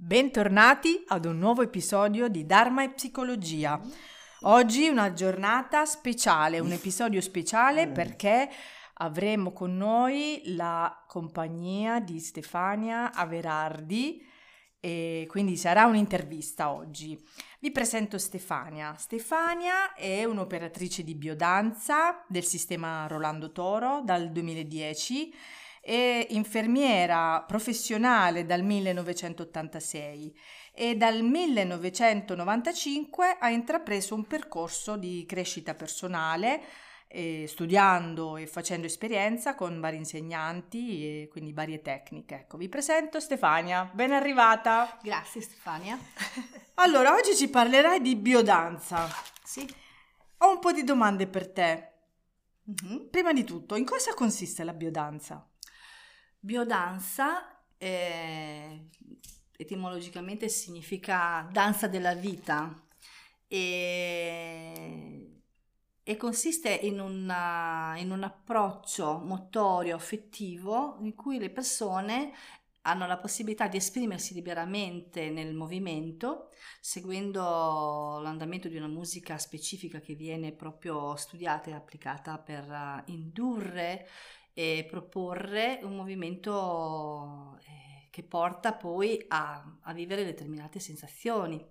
Bentornati ad un nuovo episodio di Dharma e Psicologia. Oggi una giornata speciale, un episodio speciale perché avremo con noi la compagnia di Stefania Averardi e quindi sarà un'intervista oggi. Vi presento Stefania. Stefania è un'operatrice di biodanza del sistema Rolando Toro dal 2010. È infermiera professionale dal 1986 e dal 1995 ha intrapreso un percorso di crescita personale, studiando e facendo esperienza con vari insegnanti e quindi varie tecniche. Ecco, vi presento Stefania, ben arrivata. Grazie Stefania. Allora, oggi ci parlerai di biodanza. Sì. Ho un po' di domande per te. Prima di tutto, in cosa consiste la biodanza? Biodanza etimologicamente significa danza della vita e consiste in un approccio motorio affettivo in cui le persone hanno la possibilità di esprimersi liberamente nel movimento, seguendo l'andamento di una musica specifica che viene proprio studiata e applicata per indurre e proporre un movimento che porta poi a vivere determinate sensazioni.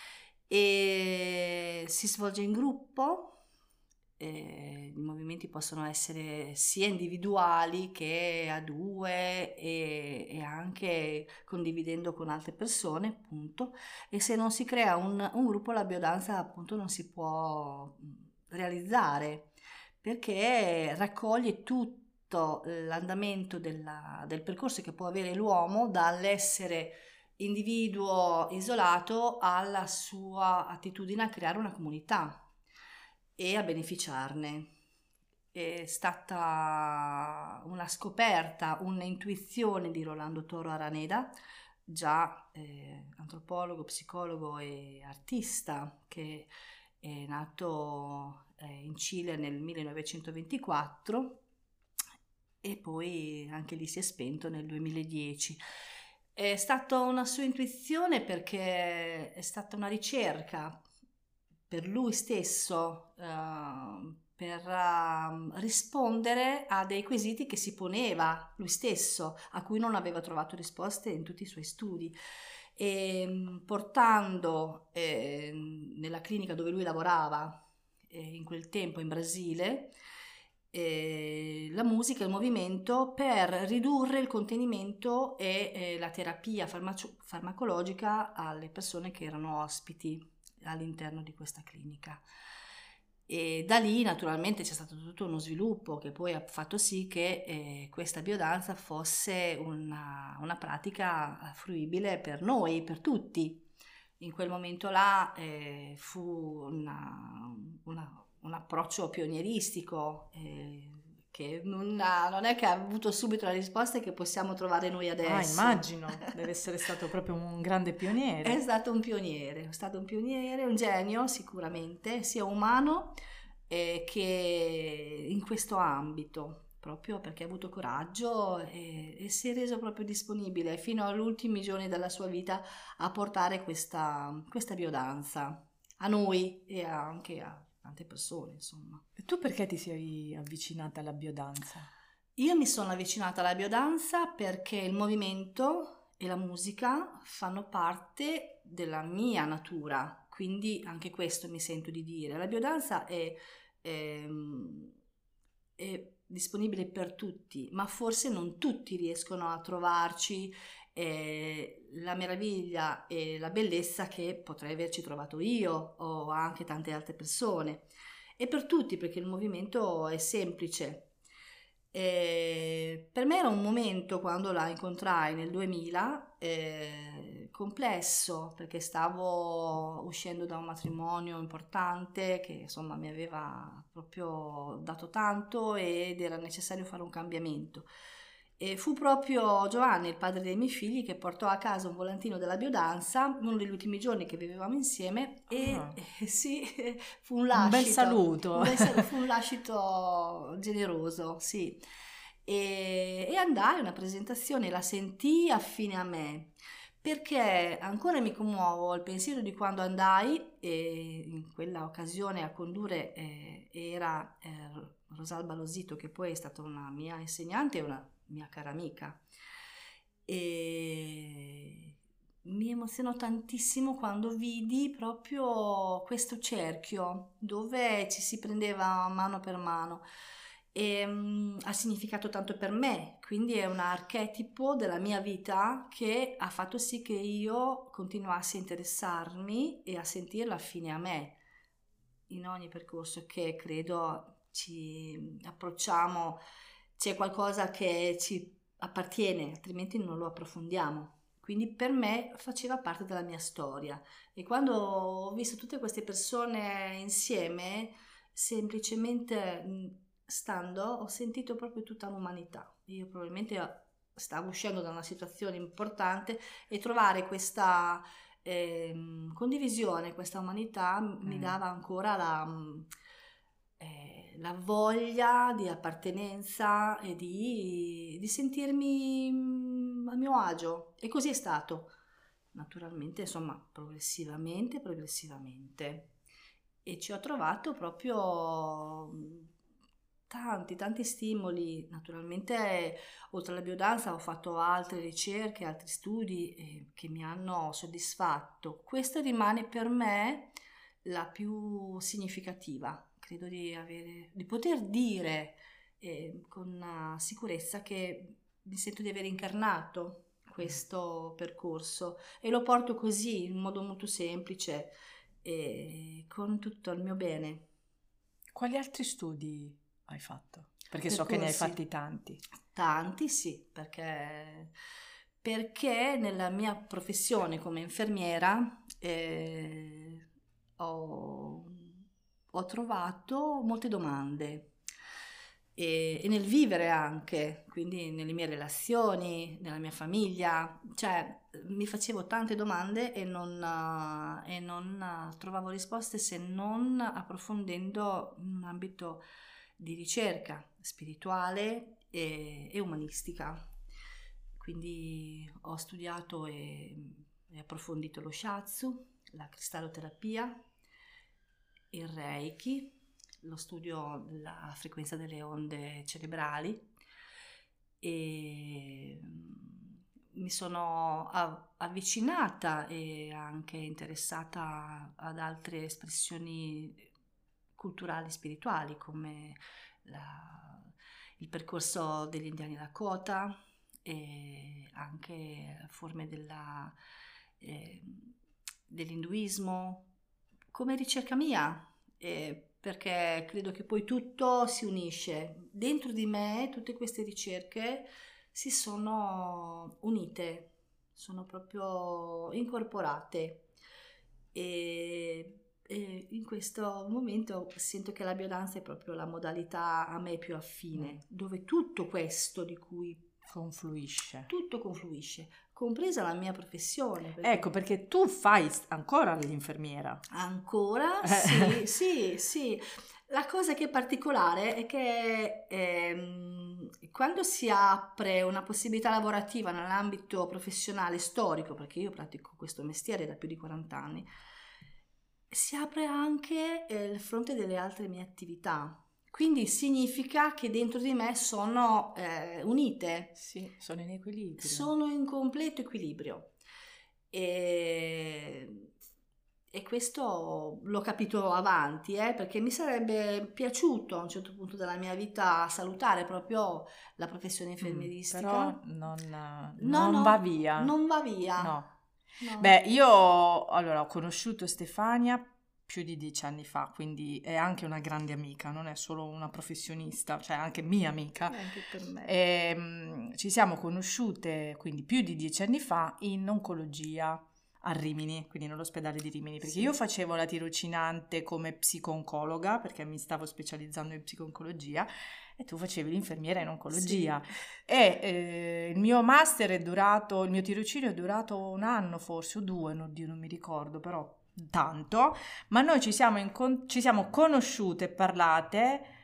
E si svolge in gruppo. I movimenti possono essere sia individuali che a due e anche condividendo con altre persone, appunto, e se non si crea un gruppo la biodanza appunto non si può realizzare perché raccoglie tutto l'andamento del percorso che può avere l'uomo dall'essere individuo isolato alla sua attitudine a creare una comunità e a beneficiarne. È stata una scoperta, un'intuizione di Rolando Toro Araneda, già antropologo, psicologo e artista, che è nato in Cile nel 1924 e poi anche lì si è spento nel 2010. È stata una sua intuizione perché è stata una ricerca per lui stesso, per rispondere a dei quesiti che si poneva lui stesso, a cui non aveva trovato risposte in tutti i suoi studi. E portando nella clinica dove lui lavorava in quel tempo in Brasile la musica e il movimento per ridurre il contenimento e la terapia farmacologica alle persone che erano ospiti all'interno di questa clinica. E da lì naturalmente c'è stato tutto uno sviluppo che poi ha fatto sì che questa biodanza fosse una pratica fruibile per noi, per tutti. In quel momento là fu un approccio pionieristico che non è che ha avuto subito la risposta che possiamo trovare noi adesso. Immagino, deve essere stato proprio un grande pioniere. È stato un pioniere, un genio sicuramente, sia umano che in questo ambito, proprio perché ha avuto coraggio e si è reso proprio disponibile fino agli ultimi giorni della sua vita a portare questa biodanza a noi e anche a tante persone, insomma. E tu perché ti sei avvicinata alla biodanza? Io mi sono avvicinata alla biodanza perché il movimento e la musica fanno parte della mia natura, quindi anche questo mi sento di dire. La biodanza è disponibile per tutti, ma forse non tutti riescono a trovarci la meraviglia e la bellezza che potrei averci trovato io o anche tante altre persone. È per tutti perché il movimento è semplice. Per me era un momento, quando la incontrai nel 2000, complesso perché stavo uscendo da un matrimonio importante che insomma mi aveva proprio dato tanto ed era necessario fare un cambiamento. E fu proprio Giovanni, il padre dei miei figli, che portò a casa un volantino della biodanza, uno degli ultimi giorni che vivevamo insieme sì, fu un lascito. Un bel saluto. Fu un lascito generoso, sì. E andai a una presentazione, la sentii affine a me, perché ancora mi commuovo al pensiero di quando andai, e in quella occasione a condurre era Rosalba Losito, che poi è stata una mia insegnante e una mia cara amica. E mi emozionò tantissimo quando vidi proprio questo cerchio dove ci si prendeva mano per mano. E ha significato tanto per me, quindi è un archetipo della mia vita che ha fatto sì che io continuassi a interessarmi e a sentirla affine a me in ogni percorso che credo ci approcciamo. C'è qualcosa che ci appartiene, altrimenti non lo approfondiamo. Quindi per me faceva parte della mia storia, e quando ho visto tutte queste persone insieme, semplicemente stando, ho sentito proprio tutta l'umanità. Io probabilmente stavo uscendo da una situazione importante, e trovare questa condivisione, questa umanità mi dava ancora la voglia di appartenenza e di sentirmi a mio agio, e così è stato. Naturalmente, insomma, progressivamente, e ci ho trovato proprio tanti stimoli. Naturalmente, oltre alla biodanza ho fatto altre ricerche, altri studi che mi hanno soddisfatto. Questa rimane per me la più significativa. Credo di poter dire con sicurezza che mi sento di aver incarnato questo percorso, e lo porto così, in modo molto semplice, e con tutto il mio bene. Quali altri studi hai fatto? Perché so che ne hai fatti tanti. Tanti, sì, perché nella mia professione come infermiera ho trovato molte domande, e nel vivere anche, quindi nelle mie relazioni, nella mia famiglia, cioè mi facevo tante domande e non trovavo risposte, se non approfondendo un ambito di ricerca spirituale e umanistica. Quindi ho studiato e approfondito lo shiatsu, la cristalloterapia, il reiki, lo studio della frequenza delle onde cerebrali, e mi sono avvicinata e anche interessata ad altre espressioni culturali spirituali, come il percorso degli indiani Lakota, e anche forme dell'induismo, come ricerca mia, perché credo che poi tutto si unisce. Dentro di me tutte queste ricerche si sono unite, sono proprio incorporate, e in questo momento sento che la biodanza è proprio la modalità a me più affine, dove tutto questo di cui tutto confluisce, compresa la mia professione. Ecco, perché tu fai ancora l'infermiera. Ancora? Sì. La cosa che è particolare è che quando si apre una possibilità lavorativa nell'ambito professionale storico, perché io pratico questo mestiere da più di 40 anni, si apre anche il fronte delle altre mie attività. Quindi significa che dentro di me sono unite. Sì, sono in equilibrio. Sono in completo equilibrio. E questo l'ho capito avanti, perché mi sarebbe piaciuto a un certo punto della mia vita salutare proprio la professione infermieristica. Però non va via. Non va via. No. Beh, io allora ho conosciuto Stefania più di 10 anni fa, quindi è anche una grande amica, non è solo una professionista, cioè anche mia amica. Anche per me. Ci siamo conosciute quindi più di 10 anni fa in oncologia a Rimini, quindi nell'ospedale di Rimini, perché io facevo la tirocinante come psico-oncologa, perché mi stavo specializzando in psico-oncologia, e tu facevi l'infermiera in oncologia. Sì. E il mio master il mio tirocinio è durato 1 anno forse, o 2, oddio, non mi ricordo, però tanto, ma noi ci siamo conosciute e parlate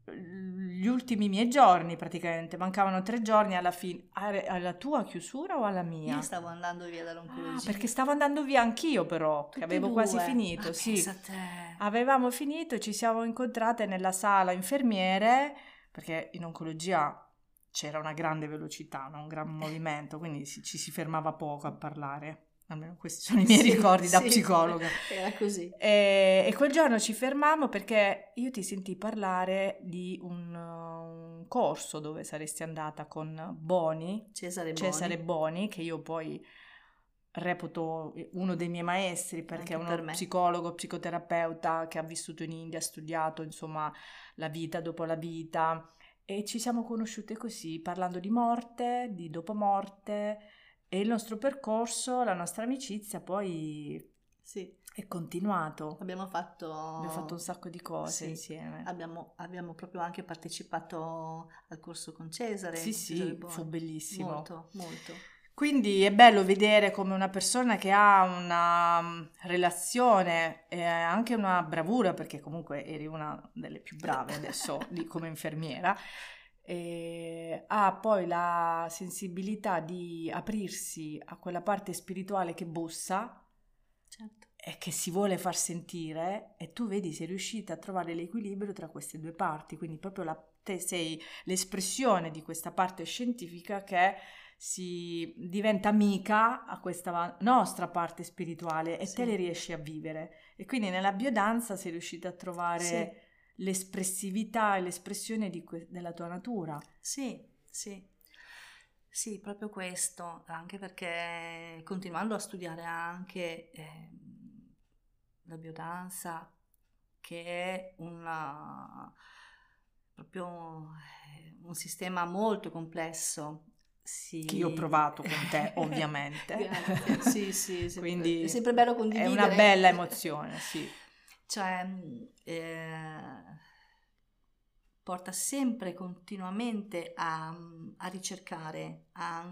gli ultimi miei giorni, praticamente mancavano 3 giorni alla fine. Alla tua chiusura o alla mia? Io stavo andando via dall'oncologia. Perché stavo andando via anch'io, però, che Tutte avevo e quasi due. finito, Ma sì. pensa a te. Avevamo finito e ci siamo incontrate nella sala infermiere, perché in oncologia c'era una grande velocità, no? Un gran movimento, quindi ci si fermava poco a parlare. Almeno questi sono i miei ricordi da psicologa. Era così. E quel giorno ci fermammo perché io ti sentii parlare di un corso dove saresti andata con Boni, Cesare Boni, che io poi reputo uno dei miei maestri perché Anche è per uno me. psicologo, psicoterapeuta che ha vissuto in India, ha studiato insomma la vita dopo la vita, e ci siamo conosciute così, parlando di morte, di dopo morte, e il nostro percorso, la nostra amicizia poi Sì. è continuato. Abbiamo fatto un sacco di cose insieme. Abbiamo proprio anche partecipato al corso con Cesare. Sì, fu bellissimo. Molto, molto. Quindi è bello vedere come una persona che ha una relazione e anche una bravura, perché comunque eri una delle più brave adesso come infermiera, e ha poi la sensibilità di aprirsi a quella parte spirituale che bussa, certo, e che si vuole far sentire, e tu vedi sei riuscita a trovare l'equilibrio tra queste due parti, quindi proprio te sei l'espressione di questa parte scientifica che si diventa amica a questa nostra parte spirituale e te le riesci a vivere, e quindi nella biodanza sei riuscita a trovare l'espressività e l'espressione della tua natura. Sì, proprio questo, anche perché continuando a studiare anche la biodanza, che è proprio un sistema molto complesso. Sì. Che io ho provato con te, ovviamente. Grazie, sì, quindi è sempre bello condividere. È una bella emozione, sì. Cioè, porta sempre continuamente a ricercare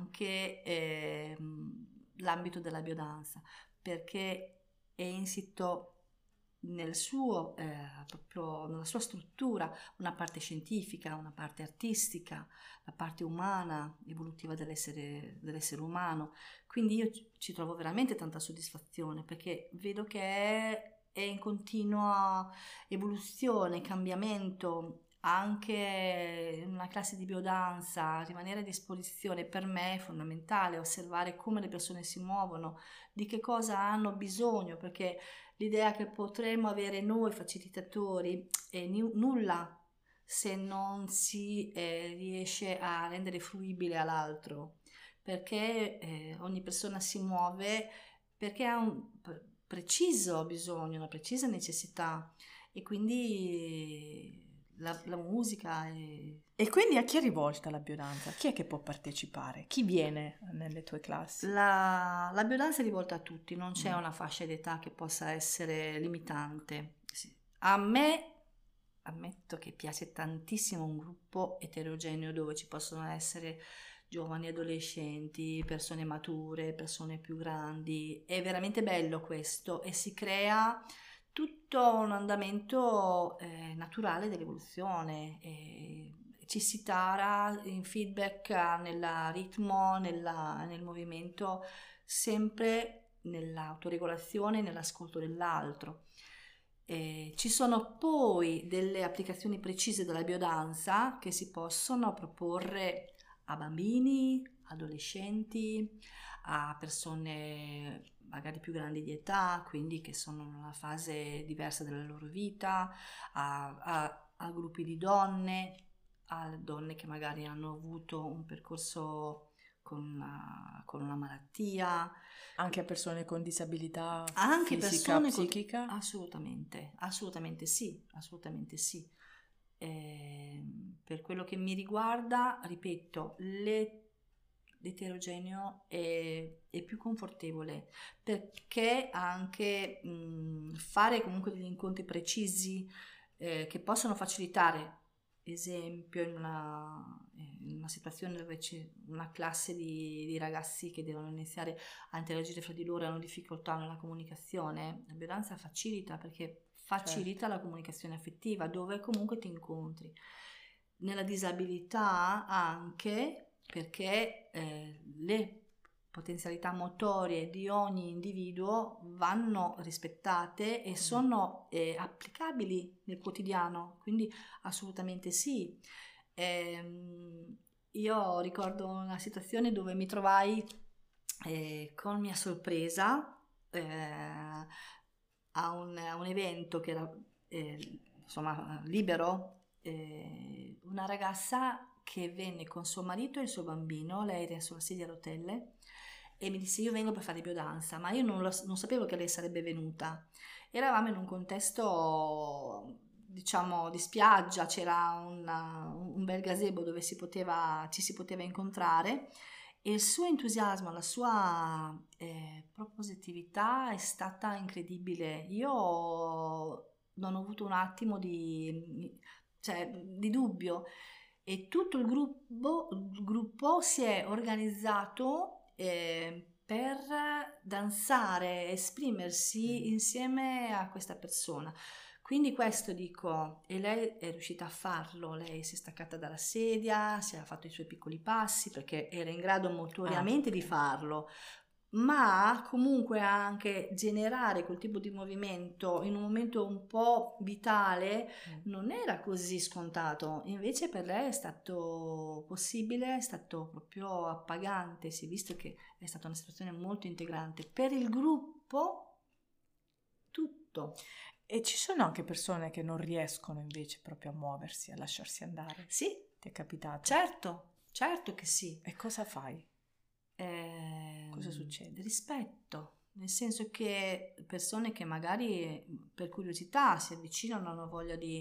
anche l'ambito della biodanza, perché è insito nel suo, proprio nella sua struttura, una parte scientifica, una parte artistica, la parte umana, evolutiva dell'essere umano. Quindi io ci trovo veramente tanta soddisfazione, perché vedo che è in continua evoluzione, cambiamento. Anche in una classe di biodanza, rimanere a disposizione per me è fondamentale, osservare come le persone si muovono, di che cosa hanno bisogno, perché l'idea che potremmo avere noi facilitatori è nulla se non si riesce a rendere fruibile all'altro, perché ogni persona si muove perché ha un preciso bisogno, una precisa necessità, e quindi la musica è... E quindi a chi è rivolta la biodanza? Chi è che può partecipare? Chi viene nelle tue classi? La biodanza è rivolta a tutti, non c'è una fascia d'età che possa essere limitante. Sì. A me, ammetto che piace tantissimo un gruppo eterogeneo dove ci possono essere giovani, adolescenti, persone mature, persone più grandi. È veramente bello questo, e si crea tutto un andamento naturale dell'evoluzione. Ci si tara in feedback nel ritmo, nel movimento, sempre nell'autoregolazione e nell'ascolto dell'altro. Ci sono poi delle applicazioni precise della biodanza che si possono proporre a bambini, adolescenti, a persone magari più grandi di età, quindi che sono in una fase diversa della loro vita, a gruppi di donne, a donne che magari hanno avuto un percorso con una malattia. Anche a persone con disabilità anche fisica, psichica? Assolutamente sì. Per quello che mi riguarda, ripeto, l'eterogeneo è più confortevole, perché anche fare comunque degli incontri precisi che possono facilitare, esempio in una situazione dove c'è una classe di ragazzi che devono iniziare a interagire fra di loro e hanno difficoltà nella comunicazione, la biodanza facilita, perché facilita la comunicazione affettiva, dove comunque ti incontri. nella disabilità anche perché le potenzialità motorie di ogni individuo vanno rispettate e sono applicabili nel quotidiano, quindi assolutamente sì. Io ricordo una situazione dove mi trovai con mia sorpresa a un evento che era insomma libero, una ragazza che venne con suo marito e il suo bambino, lei era sulla sedia a rotelle e mi disse io vengo per fare biodanza, ma io non sapevo che lei sarebbe venuta. Eravamo in un contesto diciamo di spiaggia, c'era un bel gazebo dove ci si poteva incontrare e il suo entusiasmo, la sua propositività è stata incredibile. Io non ho avuto un attimo di dubbio e tutto il gruppo si è organizzato per danzare, esprimersi insieme a questa persona. Quindi questo dico, e lei è riuscita a farlo, lei si è staccata dalla sedia, si è fatto i suoi piccoli passi perché era in grado motoriamente di farlo, ma comunque anche generare quel tipo di movimento in un momento un po' vitale non era così scontato, invece per lei è stato possibile, è stato proprio appagante, si è visto che è stata una situazione molto integrante per il gruppo, tutto. E ci sono anche persone che non riescono invece proprio a muoversi, a lasciarsi andare? Sì. Ti è capitato? Certo che sì. E cosa fai? Cosa succede? Rispetto, nel senso che persone che magari per curiosità si avvicinano, hanno voglia di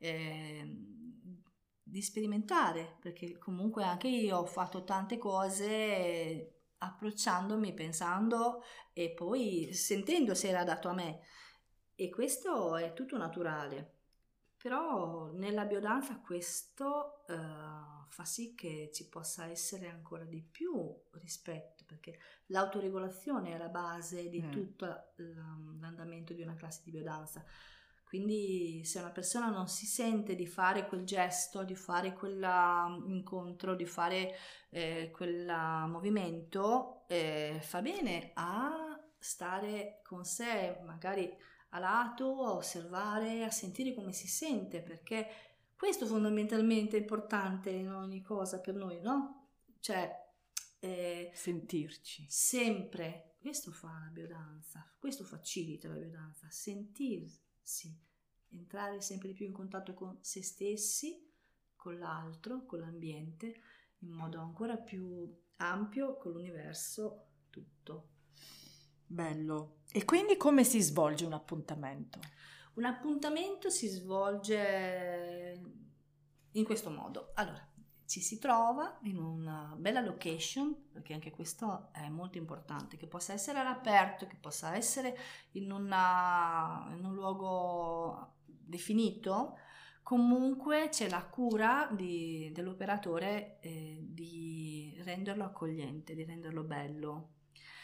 sperimentare, perché comunque anche io ho fatto tante cose approcciandomi, pensando e poi sentendo se era adatto a me. E questo è tutto naturale, però nella biodanza questo fa sì che ci possa essere ancora di più rispetto, perché l'autoregolazione è la base di tutto l'andamento di una classe di biodanza. Quindi se una persona non si sente di fare quel gesto, di fare quell'incontro, di fare quel movimento, fa bene a stare con sé, magari a lato, a osservare, a sentire come si sente, perché questo fondamentalmente è importante in ogni cosa per noi, no? Cioè, sentirci. Sempre, questo fa la biodanza, questo facilita la biodanza, sentirsi, entrare sempre di più in contatto con se stessi, con l'altro, con l'ambiente, in modo ancora più ampio, con l'universo, tutto. Bello. E quindi come si svolge un appuntamento? Un appuntamento si svolge in questo modo. Allora, ci si trova in una bella location, perché anche questo è molto importante, che possa essere all'aperto, che possa essere in un luogo definito. Comunque c'è la cura dell'operatore di renderlo accogliente, di renderlo bello.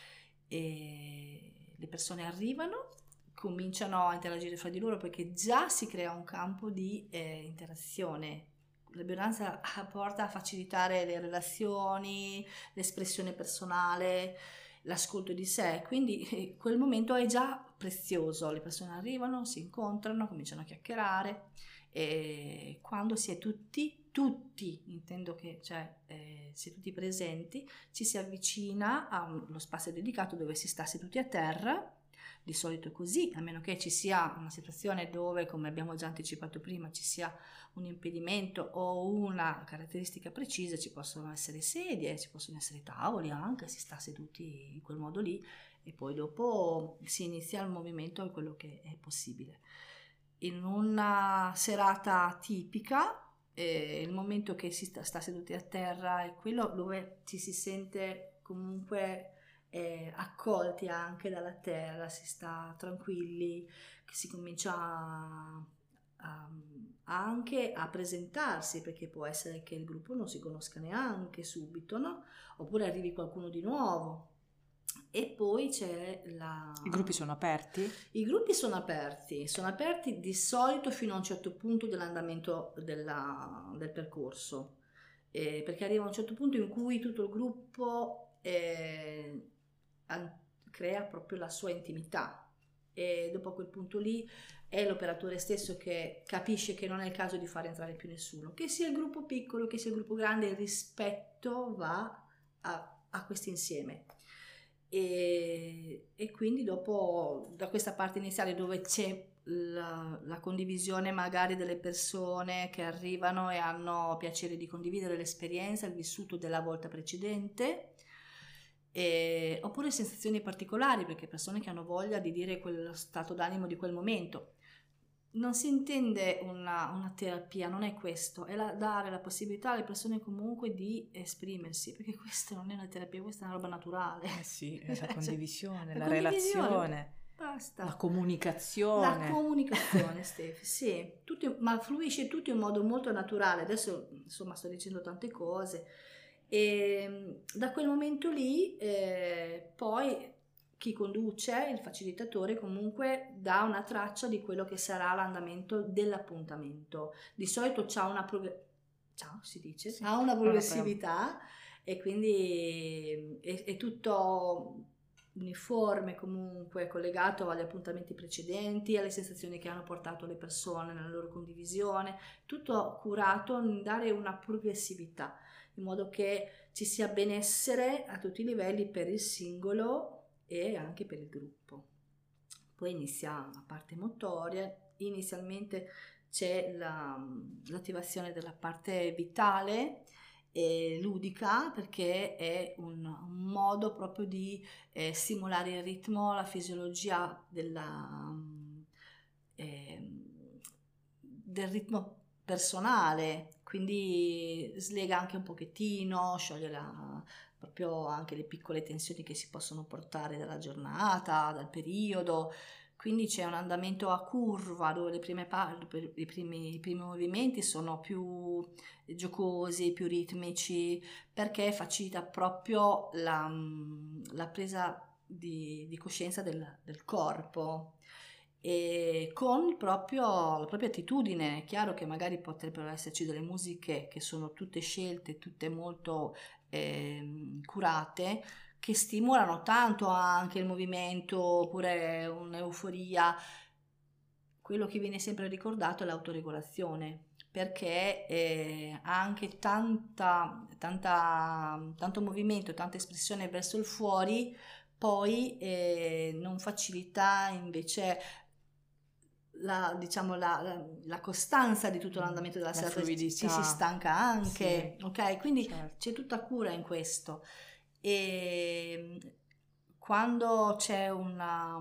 E le persone arrivano, cominciano a interagire fra di loro perché già si crea un campo di interazione. La biodanza porta a facilitare le relazioni, l'espressione personale, l'ascolto di sé, quindi quel momento è già prezioso. Le persone arrivano, si incontrano, cominciano a chiacchierare e quando si è tutti, intendo che si è tutti presenti, ci si avvicina a uno spazio dedicato dove si sta seduti a terra. Di solito è così, a meno che ci sia una situazione dove, come abbiamo già anticipato prima, ci sia un impedimento o una caratteristica precisa, ci possono essere sedie, ci possono essere tavoli anche, si sta seduti in quel modo lì e poi dopo si inizia il movimento a quello che è possibile. In una serata tipica, il momento che si sta seduti a terra è quello dove ci si sente comunque accolti anche dalla terra, si sta tranquilli, che si comincia anche a presentarsi, perché può essere che il gruppo non si conosca neanche subito, no? Oppure arrivi qualcuno di nuovo E poi c'è I gruppi sono aperti? I gruppi sono aperti di solito fino a un certo punto dell'andamento del percorso, perché arriva a un certo punto in cui tutto il gruppo crea proprio la sua intimità, e dopo quel punto lì è l'operatore stesso che capisce che non è il caso di far entrare più nessuno, che sia il gruppo piccolo, che sia il gruppo grande, il rispetto va a questo insieme. E quindi dopo, da questa parte iniziale dove c'è la condivisione magari delle persone che arrivano e hanno piacere di condividere l'esperienza, il vissuto della volta precedente, oppure sensazioni particolari, perché persone che hanno voglia di dire quello stato d'animo di quel momento. Non si intende una terapia, non è questo, è dare la possibilità alle persone comunque di esprimersi, perché questa non è una terapia, questa è una roba naturale. Sì, è la condivisione, la la condivisione, relazione, basta. la comunicazione. La comunicazione, Stefi, sì, ma fluisce tutto in modo molto naturale. Adesso, insomma, sto dicendo tante cose. E da quel momento lì, poi chi conduce, il facilitatore, comunque dà una traccia di quello che sarà l'andamento dell'appuntamento. Di solito ha una progressività, e quindi è tutto uniforme, comunque collegato agli appuntamenti precedenti, alle sensazioni che hanno portato le persone nella loro condivisione, tutto curato in dare una progressività, in modo che ci sia benessere a tutti i livelli per il singolo e anche per il gruppo. Poi inizia la parte motoria, inizialmente c'è l'attivazione della parte vitale e ludica, perché è un modo proprio di stimolare il ritmo, la fisiologia del ritmo personale, quindi slega anche un pochettino, scioglie proprio anche le piccole tensioni che si possono portare dalla giornata, dal periodo. Quindi c'è un andamento a curva dove i primi movimenti sono più giocosi, più ritmici, perché facilita proprio la presa di coscienza del corpo, e con la propria attitudine. È chiaro che magari potrebbero esserci delle musiche che sono tutte scelte, tutte molto curate, che stimolano tanto anche il movimento, oppure un'euforia. Quello che viene sempre ricordato è l'autoregolazione, perché anche tanto movimento, tanta espressione verso il fuori poi non facilita invece la costanza di tutto l'andamento della serata. Ci si stanca anche, sì. Ok? Quindi certo, c'è tutta cura in questo. E quando c'è una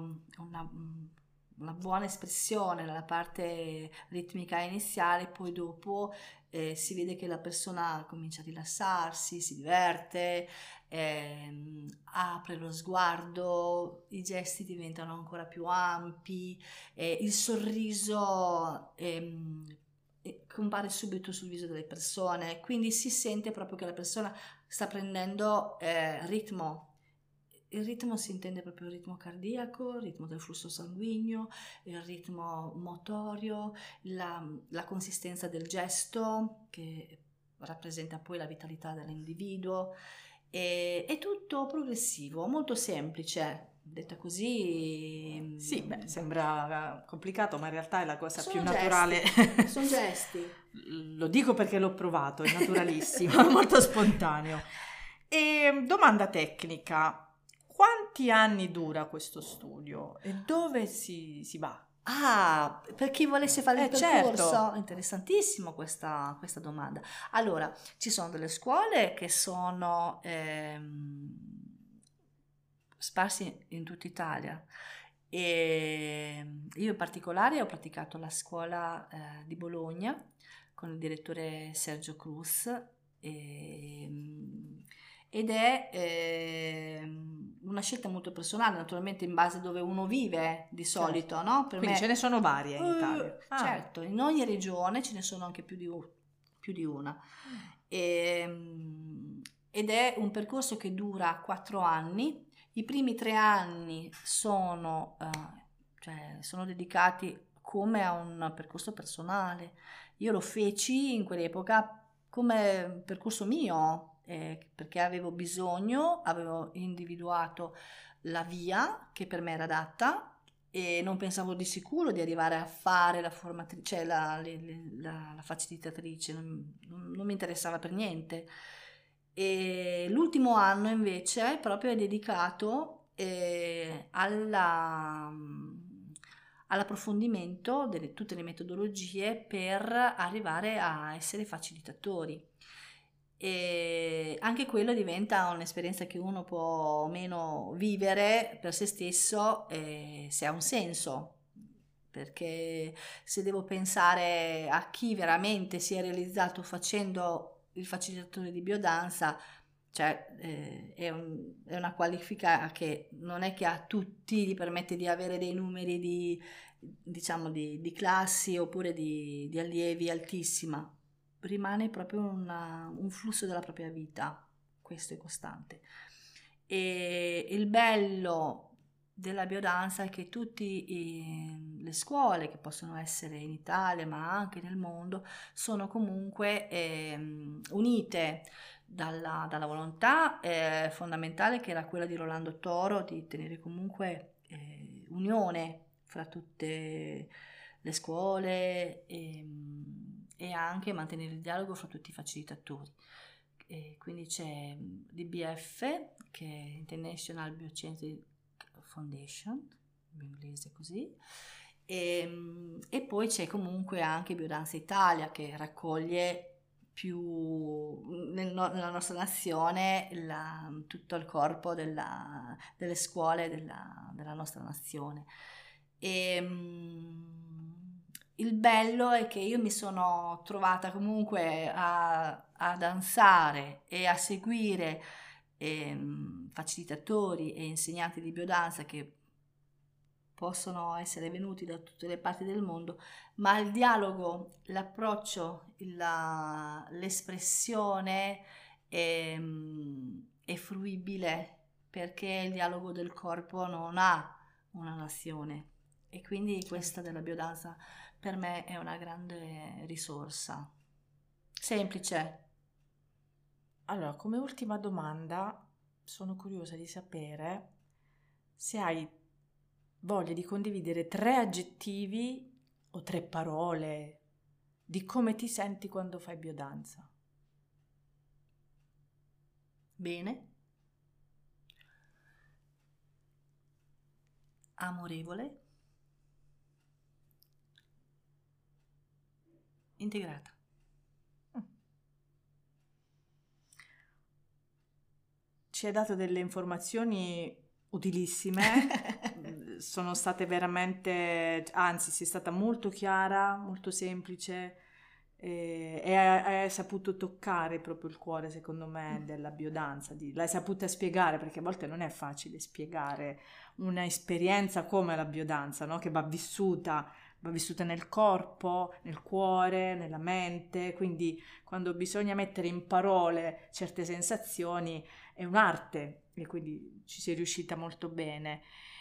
buona espressione nella parte ritmica iniziale, poi dopo si vede che la persona comincia a rilassarsi, si diverte, apre lo sguardo, i gesti diventano ancora più ampi, il sorriso compare subito sul viso delle persone, quindi si sente proprio che la persona sta prendendo ritmo. Il ritmo si intende proprio il ritmo cardiaco, il ritmo del flusso sanguigno, il ritmo motorio, la consistenza del gesto che rappresenta poi la vitalità dell'individuo. È tutto progressivo, molto semplice. Detta così, sì, sembra complicato, ma in realtà è la cosa più gesti, naturale. Sono gesti. Lo dico perché l'ho provato, è naturalissimo, è molto spontaneo. E domanda tecnica: quanti anni dura questo studio e dove si va? Ah, per chi volesse fare il percorso, certo. Interessantissimo questa domanda. Allora, ci sono delle scuole che sono sparsi in tutta Italia, e io in particolare ho praticato la scuola di Bologna con il direttore Sergio Cruz, ed è una scelta molto personale, naturalmente in base a dove uno vive di solito, certo. No? Quindi me, ce ne sono varie in Italia. Certo, in ogni regione ce ne sono anche più di una. Ed è un percorso che dura 4 anni, I primi 3 anni sono dedicati come a un percorso personale. Io lo feci in quell'epoca come percorso mio, perché avevo individuato la via che per me era adatta e non pensavo di sicuro di arrivare a fare la formatrice, la facilitatrice, non mi interessava per niente. E l'ultimo anno invece proprio è dedicato all'approfondimento di tutte le metodologie per arrivare a essere facilitatori. E anche quello diventa un'esperienza che uno può o meno vivere per se stesso, se ha un senso, perché se devo pensare a chi veramente si è realizzato facendo il facilitatore di biodanza, cioè è una qualifica che non è che a tutti gli permette di avere dei numeri di classi oppure di allievi altissima. Rimane proprio un flusso della propria vita, questo è costante. E il bello della biodanza è che tutte le scuole che possono essere in Italia ma anche nel mondo sono comunque unite dalla volontà fondamentale che era quella di Rolando Toro di tenere comunque unione fra tutte le scuole e anche mantenere il dialogo fra tutti i facilitatori. Quindi c'è l'IBF, che è International Biosciences Foundation, in inglese così, e poi c'è comunque anche Biodanza Italia, che raccoglie nella nostra nazione tutto il corpo delle scuole della nostra nazione. Il bello è che io mi sono trovata comunque a danzare e a seguire facilitatori e insegnanti di biodanza che possono essere venuti da tutte le parti del mondo, ma il dialogo, l'approccio, l'espressione è fruibile, perché il dialogo del corpo non ha una nazione, e quindi questa della biodanza per me è una grande risorsa. Semplice. Allora, come ultima domanda, sono curiosa di sapere se hai voglia di condividere 3 aggettivi o 3 parole di come ti senti quando fai biodanza. Bene. Amorevole. Integrata. Ci hai dato delle informazioni utilissime, sono state veramente, anzi sei stata molto chiara, molto semplice e hai saputo toccare proprio il cuore, secondo me, della biodanza, l'hai saputa spiegare, perché a volte non è facile spiegare una esperienza come la biodanza, no? Che va vissuta nel corpo, nel cuore, nella mente, quindi quando bisogna mettere in parole certe sensazioni è un'arte, e quindi ci sei riuscita molto bene.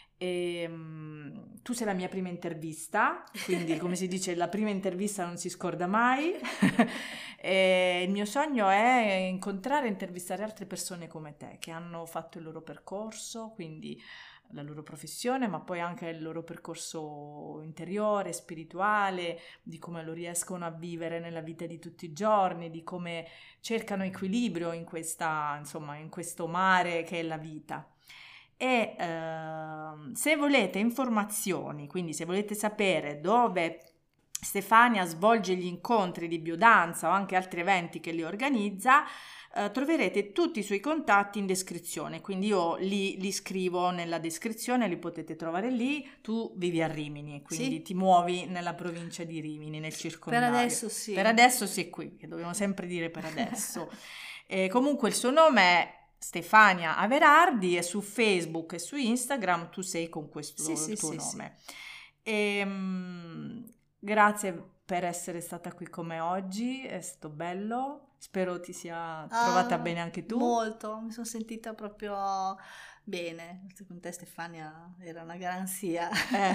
Tu sei la mia prima intervista, quindi come si dice, la prima intervista non si scorda mai. E il mio sogno è incontrare e intervistare altre persone come te, che hanno fatto il loro percorso, quindi la loro professione, ma poi anche il loro percorso interiore, spirituale, di come lo riescono a vivere nella vita di tutti i giorni, di come cercano equilibrio in questo mare che è la vita. E se volete informazioni, quindi se volete sapere dove Stefania svolge gli incontri di biodanza o anche altri eventi che li organizza, troverete tutti i suoi contatti in descrizione, quindi io li scrivo nella descrizione, li potete trovare lì. Tu vivi a Rimini, quindi sì, ti muovi nella provincia di Rimini, nel circondario. Per adesso sì. Per adesso sì, qui, che dobbiamo sempre dire per adesso. Comunque il suo nome è Stefania Averardi, e su Facebook e su Instagram tu sei con questo tuo nome. Grazie per essere stata qui con me oggi, è stato bello, spero ti sia trovata bene anche tu. Molto, mi sono sentita proprio bene, con te Stefania era una garanzia.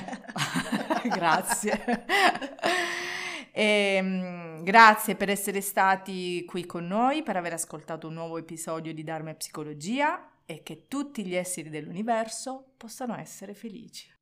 Grazie. Grazie per essere stati qui con noi, per aver ascoltato un nuovo episodio di Dharma e Psicologia, e che tutti gli esseri dell'universo possano essere felici.